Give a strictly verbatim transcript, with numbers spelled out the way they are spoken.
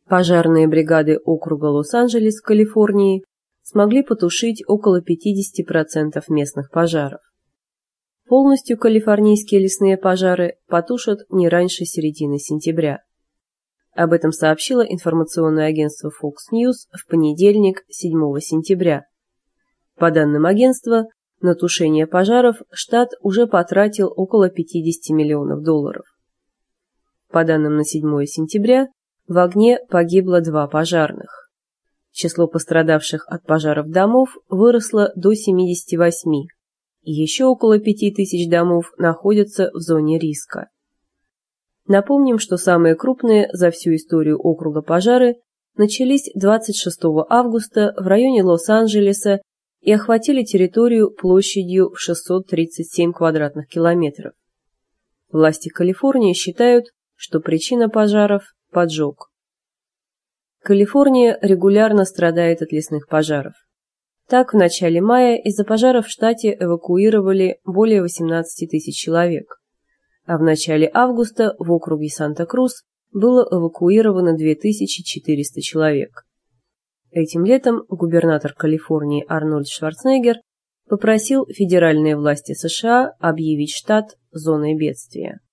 Пожарные бригады округа Лос-Анджелес в Калифорнии смогли потушить около пятидесяти процентов местных пожаров. Полностью калифорнийские лесные пожары потушат не раньше середины сентября. Об этом сообщило информационное агентство Fox News в понедельник, седьмого сентября. По данным агентства, на тушение пожаров штат уже потратил около пятидесяти миллионов долларов. По данным на седьмое сентября, в огне погибло два пожарных. Число пострадавших от пожаров домов выросло до семидесяти восьми, и еще около пяти тысяч домов находятся в зоне риска. Напомним, что самые крупные за всю историю округа пожары начались двадцать шестого августа в районе Лос-Анджелеса и охватили территорию площадью в шестьсот тридцать семь квадратных километров. Власти Калифорнии считают, что причина пожаров – поджог. Калифорния регулярно страдает от лесных пожаров. Так, в начале мая из-за пожаров в штате эвакуировали более восемнадцати тысяч человек, а в начале августа в округе Санта-Крус было эвакуировано две тысячи четыреста человек. Этим летом губернатор Калифорнии Арнольд Шварценеггер попросил федеральные власти США объявить штат зоной бедствия.